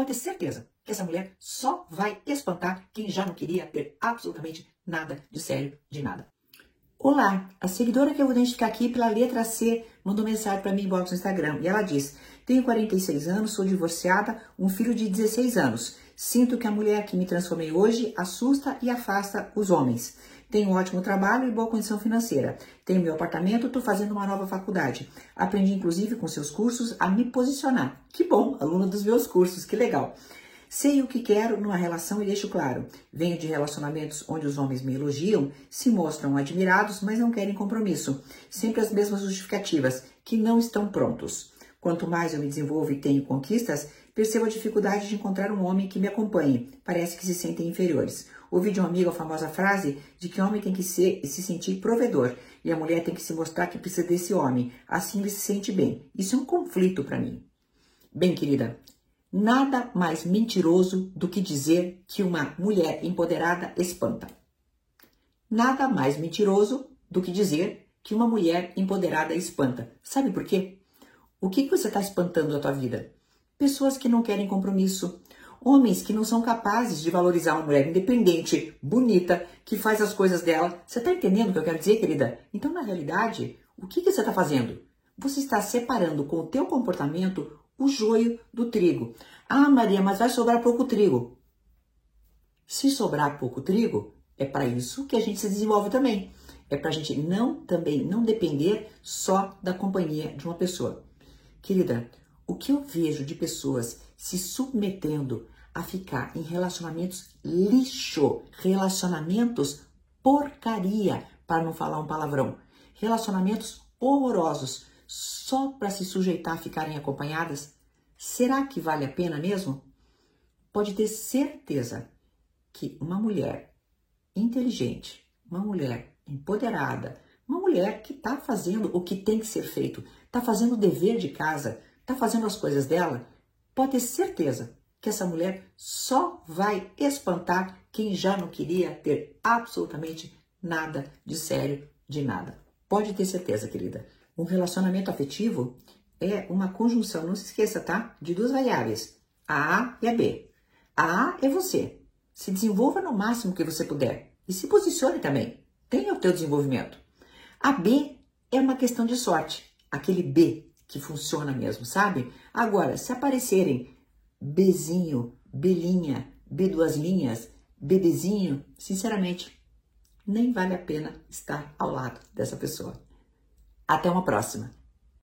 pode ter certeza que essa mulher só vai espantar quem já não queria ter absolutamente nada de sério, de nada. Olá, a seguidora que eu vou identificar aqui pela letra C mandou mensagem para mim inbox no Instagram e ela diz: tenho 46 anos, sou divorciada, um filho de 16 anos. Sinto que a mulher que me transformei hoje assusta e afasta os homens. Tenho um ótimo trabalho e boa condição financeira. Tenho meu apartamento, estou fazendo uma nova faculdade. Aprendi inclusive com seus cursos a me posicionar. Que bom, aluna dos meus cursos, que legal. Sei o que quero numa relação e deixo claro. Venho de relacionamentos onde os homens me elogiam, se mostram admirados, mas não querem compromisso. Sempre as mesmas justificativas, que não estão prontos. Quanto mais eu me desenvolvo e tenho conquistas, percebo a dificuldade de encontrar um homem que me acompanhe. Parece que se sentem inferiores. Ouvi de um amigo a famosa frase de que o homem tem que se sentir provedor e a mulher tem que se mostrar que precisa desse homem. Assim ele se sente bem. Isso é um conflito para mim. Bem, querida, nada mais mentiroso do que dizer que uma mulher empoderada espanta. Nada mais mentiroso do que dizer que uma mulher empoderada espanta. Sabe por quê? O que você está espantando da tua vida? Pessoas que não querem compromisso. Homens que não são capazes de valorizar uma mulher independente, bonita, que faz as coisas dela. Você está entendendo o que eu quero dizer, querida? Então, na realidade, o que você está fazendo? Você está separando com o teu comportamento o joio do trigo. Ah, Maria, mas vai sobrar pouco trigo. Se sobrar pouco trigo, é para isso que a gente se desenvolve também. É para a gente não depender só da companhia de uma pessoa. Querida, o que eu vejo de pessoas se submetendo a ficar em relacionamentos lixo, relacionamentos porcaria, para não falar um palavrão, relacionamentos horrorosos, só para se sujeitar a ficarem acompanhadas, será que vale a pena mesmo? Pode ter certeza que uma mulher inteligente, uma mulher empoderada, uma mulher que está fazendo o que tem que ser feito, está fazendo o dever de casa, está fazendo as coisas dela, pode ter certeza que essa mulher só vai espantar quem já não queria ter absolutamente nada de sério, de nada. Pode ter certeza, querida. Um relacionamento afetivo é uma conjunção, não se esqueça, tá? De duas variáveis, a A e a B. A A é você. Se desenvolva no máximo que você puder e se posicione também. Tenha o teu desenvolvimento. A B é uma questão de sorte, aquele B que funciona mesmo, sabe? Agora, se aparecerem Bzinho, Belinha, B duas linhas, bebezinho, sinceramente, nem vale a pena estar ao lado dessa pessoa. Até uma próxima.